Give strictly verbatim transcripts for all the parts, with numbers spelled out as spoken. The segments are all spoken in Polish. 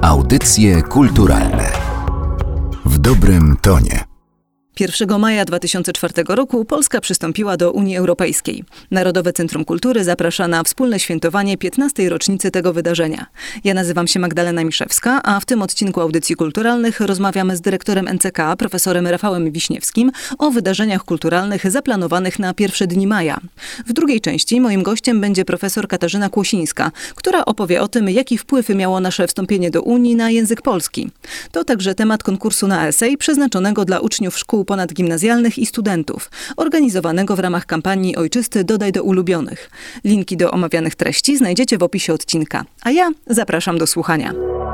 Audycje kulturalne w dobrym tonie. pierwszego maja dwa tysiące czwartego roku Polska przystąpiła do Unii Europejskiej. Narodowe Centrum Kultury zaprasza na wspólne świętowanie piętnastej rocznicy tego wydarzenia. Ja nazywam się Magdalena Miszewska, a w tym odcinku Audycji Kulturalnych rozmawiamy z dyrektorem N C K, profesorem Rafałem Wiśniewskim, o wydarzeniach kulturalnych zaplanowanych na pierwsze dni maja. W drugiej części moim gościem będzie profesor Katarzyna Kłosińska, która opowie o tym, jaki wpływ miało nasze wstąpienie do Unii na język polski. To także temat konkursu na esej przeznaczonego dla uczniów szkół ponadgimnazjalnych i studentów, organizowanego w ramach kampanii Ojczysty Dodaj do ulubionych. Linki do omawianych treści znajdziecie w opisie odcinka. A ja zapraszam do słuchania.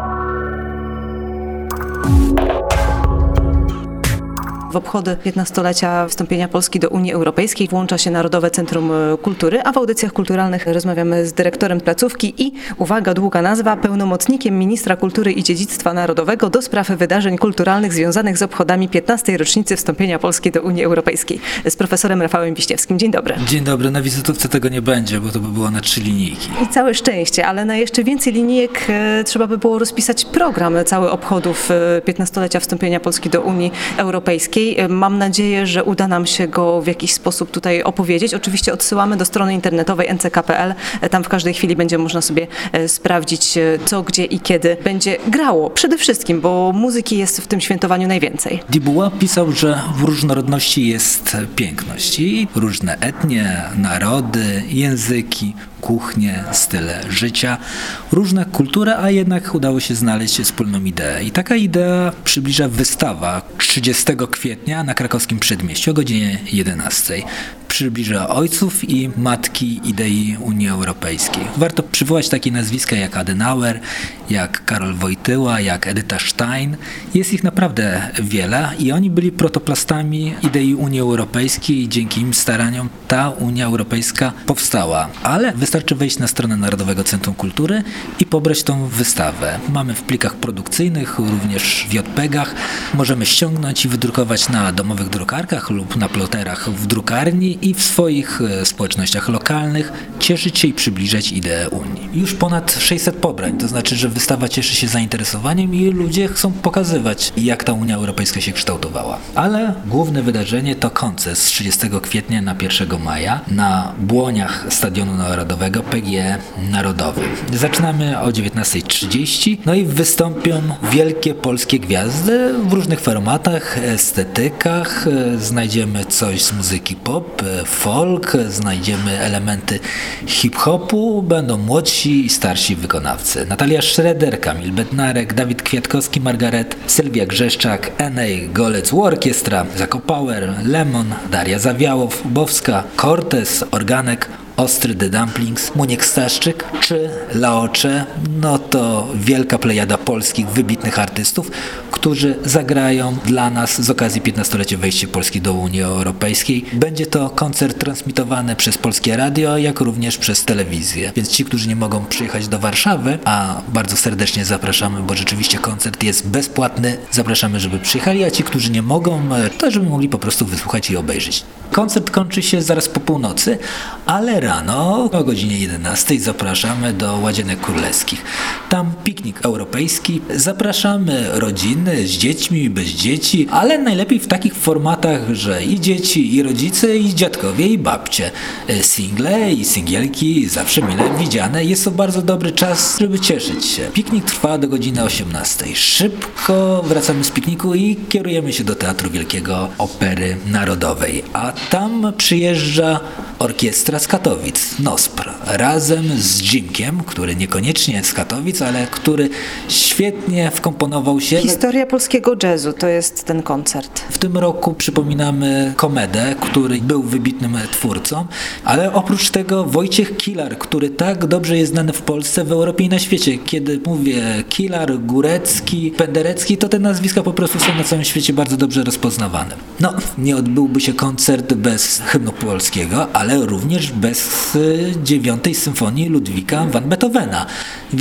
W obchody piętnastolecia wstąpienia Polski do Unii Europejskiej włącza się Narodowe Centrum Kultury, a w audycjach kulturalnych rozmawiamy z dyrektorem placówki i, uwaga, długa nazwa, pełnomocnikiem ministra kultury i dziedzictwa narodowego do spraw wydarzeń kulturalnych związanych z obchodami piętnastej rocznicy wstąpienia Polski do Unii Europejskiej. Z profesorem Rafałem Wiśniewskim. Dzień dobry. Dzień dobry. Na wizytówce tego nie będzie, bo to by było na trzy linijki. I całe szczęście, ale na jeszcze więcej linijek e, trzeba by było rozpisać program cały obchodów e, piętnastolecia wstąpienia Polski do Unii Europejskiej. Mam nadzieję, że uda nam się go w jakiś sposób tutaj opowiedzieć. Oczywiście odsyłamy do strony internetowej en ce ka kropka pe el. Tam w każdej chwili będzie można sobie sprawdzić, co, gdzie i kiedy będzie grało. Przede wszystkim, bo muzyki jest w tym świętowaniu najwięcej. Dibuła pisał, że w różnorodności jest piękność i różne etnie, narody, języki, kuchnie, style życia, różne kultury, a jednak udało się znaleźć wspólną ideę. I taka idea przybliża wystawa trzydziestego kwietnia na krakowskim Przedmieściu o godzinie jedenastej. Przybliża ojców i matki idei Unii Europejskiej. Warto przywołać takie nazwiska jak Adenauer, jak Karol Wojtyła, jak Edyta Stein. Jest ich naprawdę wiele i oni byli protoplastami idei Unii Europejskiej i dzięki im staraniom ta Unia Europejska powstała. Ale wystarczy wejść na stronę Narodowego Centrum Kultury i pobrać tą wystawę. Mamy w plikach produkcyjnych, również w jot pe gach. Możemy ściągnąć i wydrukować na domowych drukarkach lub na ploterach w drukarni i w swoich społecznościach lokalnych cieszyć się i przybliżać ideę Unii. Już ponad sześćset pobrań, to znaczy, że wystawa cieszy się zainteresowaniem i ludzie chcą pokazywać, jak ta Unia Europejska się kształtowała. Ale główne wydarzenie to koncert z trzydziestego kwietnia na pierwszego maja na błoniach Stadionu Narodowego P G E Narodowy. Zaczynamy o dziewiętnastej trzydzieści, no i wystąpią wielkie polskie gwiazdy w różnych formatach, estetykach. Znajdziemy coś z muzyki pop, folk, znajdziemy elementy hip-hopu, będą młodsi i starsi wykonawcy. Natalia Schroeder, Kamil Bednarek, Dawid Kwiatkowski, Margaret, Sylwia Grzeszczak, Enej, Golec Orkiestra, Zako Power, Lemon, Daria Zawiałow, Bowska, Cortez, Organek, Ostry The Dumplings, Muniek Staszczyk czy Laocze, no to wielka plejada polskich wybitnych artystów, którzy zagrają dla nas z okazji piętnastolecia wejścia Polski do Unii Europejskiej. Będzie to koncert transmitowany przez Polskie Radio, jak również przez telewizję. Więc ci, którzy nie mogą przyjechać do Warszawy, a bardzo serdecznie zapraszamy, bo rzeczywiście koncert jest bezpłatny, zapraszamy, żeby przyjechali, a ci, którzy nie mogą, to żeby mogli po prostu wysłuchać i obejrzeć. Koncert kończy się zaraz po północy, ale rano o godzinie jedenastej zapraszamy do Ładzienek Królewskich. Tam piknik europejski. Zapraszamy rodziny z dziećmi i bez dzieci, ale najlepiej w takich formatach, że i dzieci, i rodzice, i dziadkowie, i babcie. Single i singielki zawsze mile widziane. Jest to bardzo dobry czas, żeby cieszyć się. Piknik trwa do godziny osiemnastej. Szybko wracamy z pikniku i kierujemy się do Teatru Wielkiego Opery Narodowej. A tam przyjeżdża orkiestra z Katowic, Nospr, razem z Jimkiem, który niekoniecznie z Katowic, ale który świetnie wkomponował się. Historia polskiego jazzu to jest ten koncert. W tym roku przypominamy Komedę, który był wybitnym twórcą, ale oprócz tego Wojciech Kilar, który tak dobrze jest znany w Polsce, w Europie i na świecie. Kiedy mówię Kilar, Górecki, Penderecki, to te nazwiska po prostu są na całym świecie bardzo dobrze rozpoznawane. No, nie odbyłby się koncert bez hymnu polskiego, ale również bez dziewiątej symfonii Ludwika van Beethovena. Więc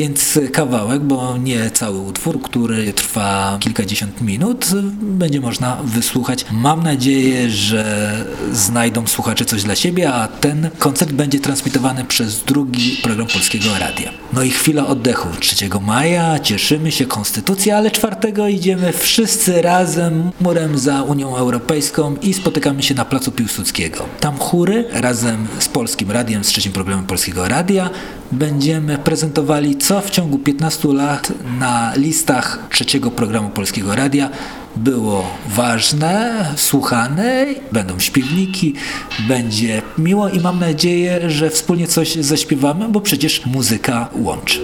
kawałek, bo nie cały utwór, który trwa kilkadziesiąt minut, będzie można wysłuchać. Mam nadzieję, że znajdą słuchacze coś dla siebie, a ten koncert będzie transmitowany przez drugi program Polskiego Radia. No i chwila oddechu. trzeciego maja cieszymy się konstytucja, ale czwartego idziemy wszyscy razem murem za Unią Europejską i spotykamy się na placu Piłsudskiego. Tam chóry razem z Polskim Radiem, z trzecim programem Polskiego Radia będziemy prezentowali, co w ciągu piętnastu lat na listach trzeciego programu Polskiego Radia było ważne, słuchane, będą śpiewniki, będzie miło i mam nadzieję, że wspólnie coś zaśpiewamy, bo przecież muzyka łączy.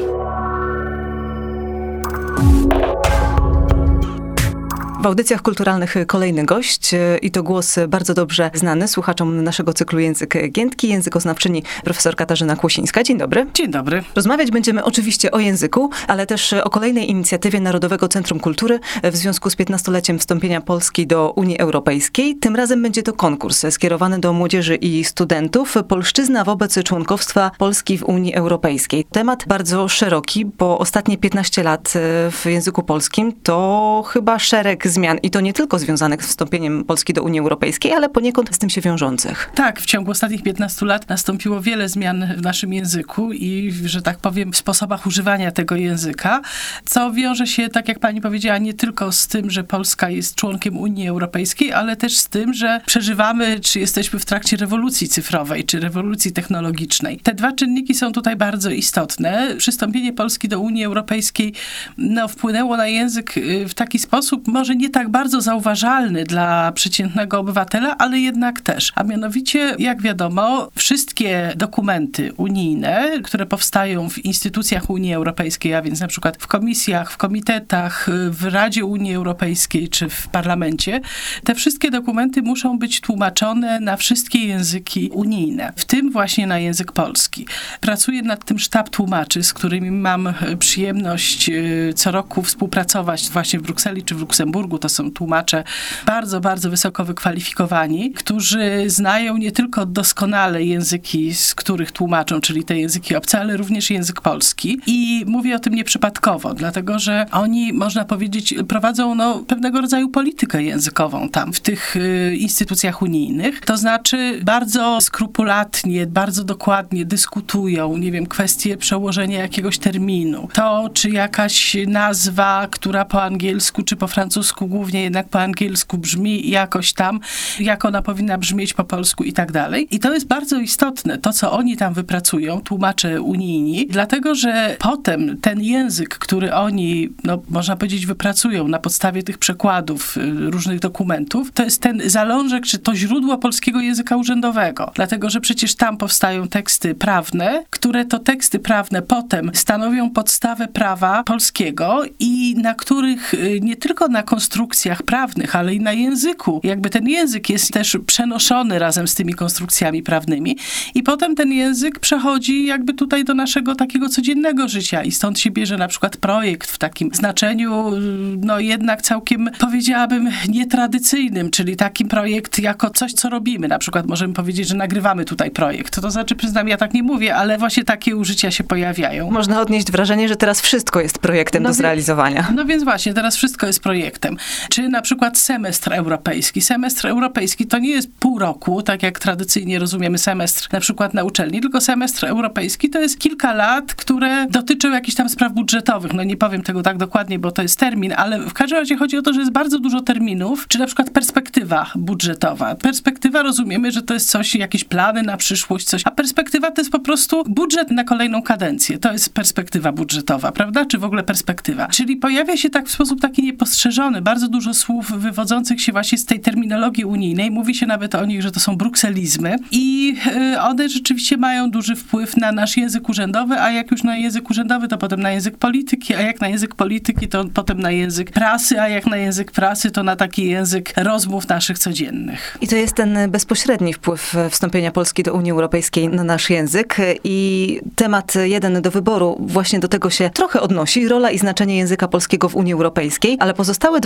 W audycjach kulturalnych kolejny gość i to głos bardzo dobrze znany słuchaczom naszego cyklu Język Giętki, językoznawczyni profesor Katarzyna Kłosińska. Dzień dobry. Dzień dobry. Rozmawiać będziemy oczywiście o języku, ale też o kolejnej inicjatywie Narodowego Centrum Kultury w związku z piętnastoleciem wstąpienia Polski do Unii Europejskiej. Tym razem będzie to konkurs skierowany do młodzieży i studentów. Polszczyzna wobec członkostwa Polski w Unii Europejskiej. Temat bardzo szeroki, bo ostatnie piętnaście lat w języku polskim to chyba szereg zmian i to nie tylko związanych z wstąpieniem Polski do Unii Europejskiej, ale poniekąd z tym się wiążących. Tak, w ciągu ostatnich piętnastu lat nastąpiło wiele zmian w naszym języku i, że tak powiem, w sposobach używania tego języka, co wiąże się, tak jak pani powiedziała, nie tylko z tym, że Polska jest członkiem Unii Europejskiej, ale też z tym, że przeżywamy, czy jesteśmy w trakcie rewolucji cyfrowej, czy rewolucji technologicznej. Te dwa czynniki są tutaj bardzo istotne. Przystąpienie Polski do Unii Europejskiej no, wpłynęło na język w taki sposób, może nie tak bardzo zauważalny dla przeciętnego obywatela, ale jednak też. A mianowicie, jak wiadomo, wszystkie dokumenty unijne, które powstają w instytucjach Unii Europejskiej, a więc na przykład w komisjach, w komitetach, w Radzie Unii Europejskiej czy w parlamencie, te wszystkie dokumenty muszą być tłumaczone na wszystkie języki unijne, w tym właśnie na język polski. Pracuje nad tym sztab tłumaczy, z którymi mam przyjemność co roku współpracować właśnie w Brukseli czy w Luksemburgu. To są tłumacze bardzo, bardzo wysoko wykwalifikowani, którzy znają nie tylko doskonale języki, z których tłumaczą, czyli te języki obce, ale również język polski. I mówię o tym nieprzypadkowo, dlatego że oni, można powiedzieć, prowadzą no, pewnego rodzaju politykę językową tam, w tych y, instytucjach unijnych. To znaczy bardzo skrupulatnie, bardzo dokładnie dyskutują, nie wiem, kwestie przełożenia jakiegoś terminu. To, czy jakaś nazwa, która po angielsku czy po francusku, głównie jednak po angielsku brzmi jakoś tam, jak ona powinna brzmieć po polsku i tak dalej. I to jest bardzo istotne, to co oni tam wypracują, tłumacze unijni, dlatego, że potem ten język, który oni, no można powiedzieć, wypracują na podstawie tych przekładów różnych dokumentów, to jest ten zalążek, czy to źródło polskiego języka urzędowego. Dlatego, że przecież tam powstają teksty prawne, które to teksty prawne potem stanowią podstawę prawa polskiego i na których nie tylko na konstrukcjach prawnych, ale i na języku. Jakby ten język jest też przenoszony razem z tymi konstrukcjami prawnymi i potem ten język przechodzi jakby tutaj do naszego takiego codziennego życia i stąd się bierze na przykład projekt w takim znaczeniu, no jednak całkiem powiedziałabym nietradycyjnym, czyli taki projekt jako coś, co robimy. Na przykład możemy powiedzieć, że nagrywamy tutaj projekt. To znaczy, przyznam, ja tak nie mówię, ale właśnie takie użycia się pojawiają. Można odnieść wrażenie, że teraz wszystko jest projektem no do zrealizowania. No więc właśnie, teraz wszystko jest projektem. Czy na przykład semestr europejski. Semestr europejski to nie jest pół roku, tak jak tradycyjnie rozumiemy semestr na przykład na uczelni, tylko semestr europejski to jest kilka lat, które dotyczą jakichś tam spraw budżetowych. No nie powiem tego tak dokładnie, bo to jest termin, ale w każdym razie chodzi o to, że jest bardzo dużo terminów, czy na przykład perspektywa budżetowa. Perspektywa rozumiemy, że to jest coś, jakieś plany na przyszłość, coś, a perspektywa to jest po prostu budżet na kolejną kadencję. To jest perspektywa budżetowa, prawda? Czy w ogóle perspektywa. Czyli pojawia się tak w sposób taki niepostrzeżony bardzo dużo słów wywodzących się właśnie z tej terminologii unijnej. Mówi się nawet o nich, że to są brukselizmy i one rzeczywiście mają duży wpływ na nasz język urzędowy, a jak już na język urzędowy, to potem na język polityki, a jak na język polityki, to potem na język prasy, a jak na język prasy, to na taki język rozmów naszych codziennych. I to jest ten bezpośredni wpływ wstąpienia Polski do Unii Europejskiej na nasz język i temat jeden do wyboru właśnie do tego się trochę odnosi, rola i znaczenie języka polskiego w Unii Europejskiej, ale pozostałe dwa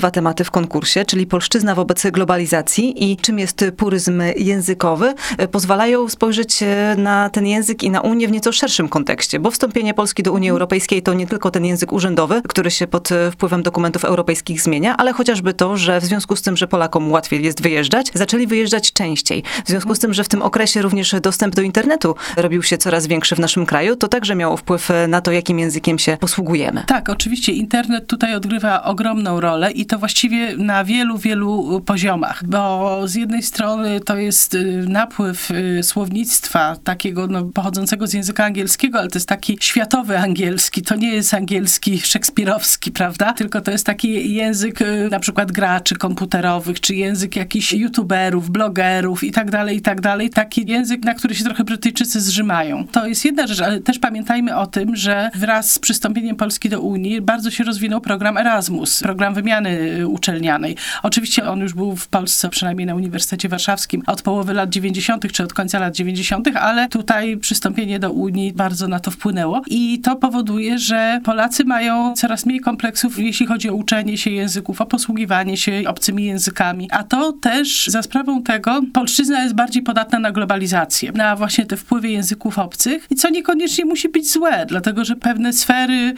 dwa tematy w konkursie, czyli polszczyzna wobec globalizacji i czym jest puryzm językowy, pozwalają spojrzeć na ten język i na Unię w nieco szerszym kontekście, bo wstąpienie Polski do Unii Europejskiej to nie tylko ten język urzędowy, który się pod wpływem dokumentów europejskich zmienia, ale chociażby to, że w związku z tym, że Polakom łatwiej jest wyjeżdżać, zaczęli wyjeżdżać częściej. W związku z tym, że w tym okresie również dostęp do internetu robił się coraz większy w naszym kraju, to także miało wpływ na to, jakim językiem się posługujemy. Tak, oczywiście internet tutaj odgrywa ogromną rolę i to właściwie na wielu, wielu poziomach, bo z jednej strony to jest napływ słownictwa takiego no, pochodzącego z języka angielskiego, ale to jest taki światowy angielski, to nie jest angielski szekspirowski, prawda? Tylko to jest taki język na przykład graczy komputerowych, czy język jakichś youtuberów, blogerów i tak dalej, i tak dalej. Taki język, na który się trochę Brytyjczycy zrzymają. To jest jedna rzecz, ale też pamiętajmy o tym, że wraz z przystąpieniem Polski do Unii bardzo się rozwinął program Erasmus, program wymiany uczelnianej. Oczywiście on już był w Polsce, przynajmniej na Uniwersytecie Warszawskim, od połowy lat dziewięćdziesiątych czy od końca lat dziewięćdziesiątych, ale tutaj przystąpienie do Unii bardzo na to wpłynęło i to powoduje, że Polacy mają coraz mniej kompleksów, jeśli chodzi o uczenie się języków, o posługiwanie się obcymi językami, a to też za sprawą tego polszczyzna jest bardziej podatna na globalizację, na właśnie te wpływy języków obcych i co niekoniecznie musi być złe, dlatego że pewne sfery,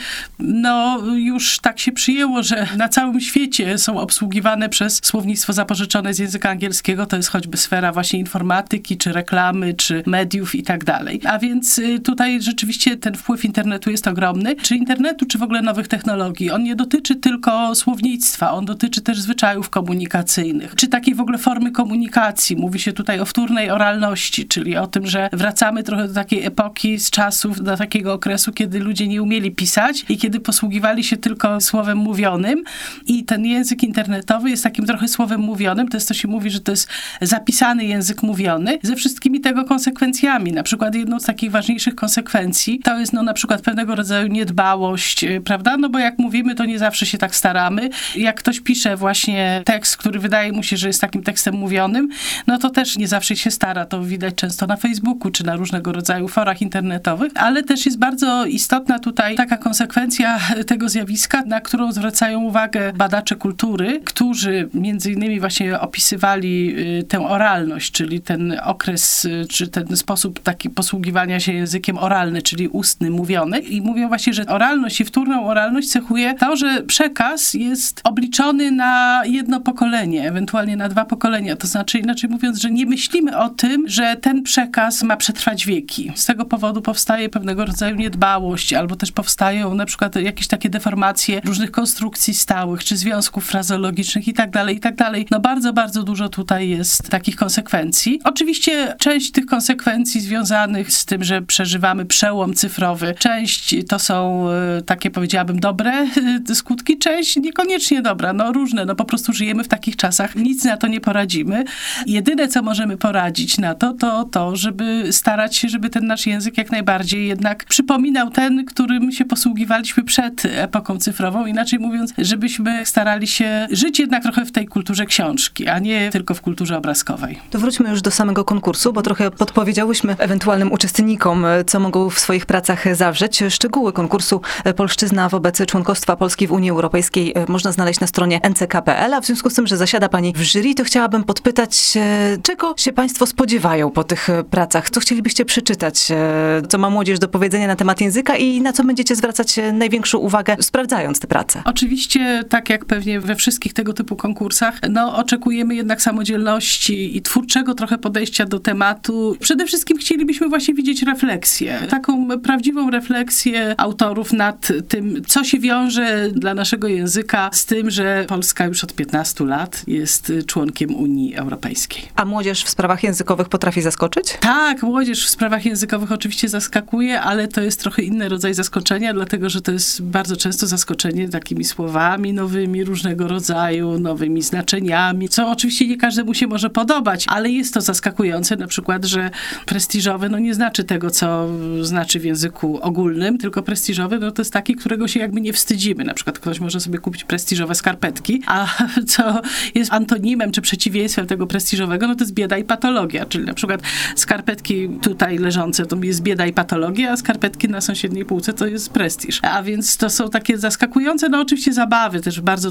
no już tak się przyjęło, że na całym świecie są obsługiwane przez słownictwo zapożyczone z języka angielskiego, to jest choćby sfera właśnie informatyki, czy reklamy, czy mediów i tak dalej. A więc tutaj rzeczywiście ten wpływ internetu jest ogromny. Czy internetu, czy w ogóle nowych technologii. On nie dotyczy tylko słownictwa, on dotyczy też zwyczajów komunikacyjnych, czy takiej w ogóle formy komunikacji. Mówi się tutaj o wtórnej oralności, czyli o tym, że wracamy trochę do takiej epoki, z czasów, do takiego okresu, kiedy ludzie nie umieli pisać i kiedy posługiwali się tylko słowem mówionym i ten język internetowy jest takim trochę słowem mówionym, to jest to się mówi, że to jest zapisany język mówiony, ze wszystkimi tego konsekwencjami. Na przykład jedną z takich ważniejszych konsekwencji to jest no na przykład pewnego rodzaju niedbałość, prawda? No bo jak mówimy, to nie zawsze się tak staramy. Jak ktoś pisze właśnie tekst, który wydaje mu się, że jest takim tekstem mówionym, no to też nie zawsze się stara. To widać często na Facebooku, czy na różnego rodzaju forach internetowych, ale też jest bardzo istotna tutaj taka konsekwencja tego zjawiska, na którą zwracają uwagę badacze kultury, którzy między innymi właśnie opisywali tę oralność, czyli ten okres, czy ten sposób taki posługiwania się językiem oralny, czyli ustny, mówiony. I mówią właśnie, że oralność i wtórną oralność cechuje to, że przekaz jest obliczony na jedno pokolenie, ewentualnie na dwa pokolenia. To znaczy, inaczej mówiąc, że nie myślimy o tym, że ten przekaz ma przetrwać wieki. Z tego powodu powstaje pewnego rodzaju niedbałość, albo też powstają na przykład jakieś takie deformacje różnych konstrukcji stałych, czy związków frazologicznych i tak dalej, i tak dalej. No bardzo, bardzo dużo tutaj jest takich konsekwencji. Oczywiście część tych konsekwencji związanych z tym, że przeżywamy przełom cyfrowy, część to są takie, powiedziałabym, dobre skutki, część niekoniecznie dobra, no różne, no po prostu żyjemy w takich czasach, nic na to nie poradzimy. Jedyne, co możemy poradzić na to, to to, żeby starać się, żeby ten nasz język jak najbardziej jednak przypominał ten, którym się posługiwaliśmy przed epoką cyfrową, inaczej mówiąc, żebyśmy starali się żyć jednak trochę w tej kulturze książki, a nie tylko w kulturze obrazkowej. To wróćmy już do samego konkursu, bo trochę podpowiedziałyśmy ewentualnym uczestnikom, co mogą w swoich pracach zawrzeć. Szczegóły konkursu Polszczyzna wobec członkostwa Polski w Unii Europejskiej można znaleźć na stronie en ce ka kropka pe el, a w związku z tym, że zasiada pani w jury, to chciałabym podpytać, czego się państwo spodziewają po tych pracach? Co chcielibyście przeczytać? Co ma młodzież do powiedzenia na temat języka i na co będziecie zwracać największą uwagę, sprawdzając te prace? Oczywiście, tak jak pewnie we wszystkich tego typu konkursach, no oczekujemy jednak samodzielności i twórczego trochę podejścia do tematu. Przede wszystkim chcielibyśmy właśnie widzieć refleksję. Taką prawdziwą refleksję autorów nad tym, co się wiąże dla naszego języka z tym, że Polska już od piętnastu lat jest członkiem Unii Europejskiej. A młodzież w sprawach językowych potrafi zaskoczyć? Tak, młodzież w sprawach językowych oczywiście zaskakuje, ale to jest trochę inny rodzaj zaskoczenia, dlatego że to jest bardzo często zaskoczenie takimi słowami nowymi, różnego rodzaju, nowymi znaczeniami, co oczywiście nie każdemu się może podobać, ale jest to zaskakujące, na przykład, że prestiżowe no nie znaczy tego, co znaczy w języku ogólnym, tylko prestiżowy no to jest taki, którego się jakby nie wstydzimy. Na przykład ktoś może sobie kupić prestiżowe skarpetki, a co jest antonimem czy przeciwieństwem tego prestiżowego, no to jest bieda i patologia, czyli na przykład skarpetki tutaj leżące to jest bieda i patologia, a skarpetki na sąsiedniej półce to jest prestiż. A więc to są takie zaskakujące, no oczywiście zabawy, też bardzo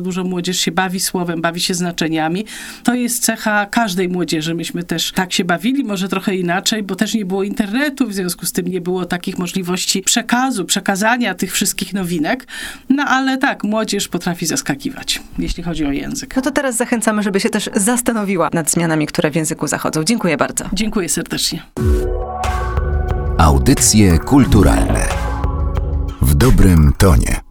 dużo młodzież się bawi słowem, bawi się znaczeniami. To jest cecha każdej młodzieży. Myśmy też tak się bawili, może trochę inaczej, bo też nie było internetu, w związku z tym nie było takich możliwości przekazu, przekazania tych wszystkich nowinek. No ale tak, młodzież potrafi zaskakiwać, jeśli chodzi o język. No to teraz zachęcamy, żeby się też zastanowiła nad zmianami, które w języku zachodzą. Dziękuję bardzo. Dziękuję serdecznie. Audycje kulturalne w dobrym tonie.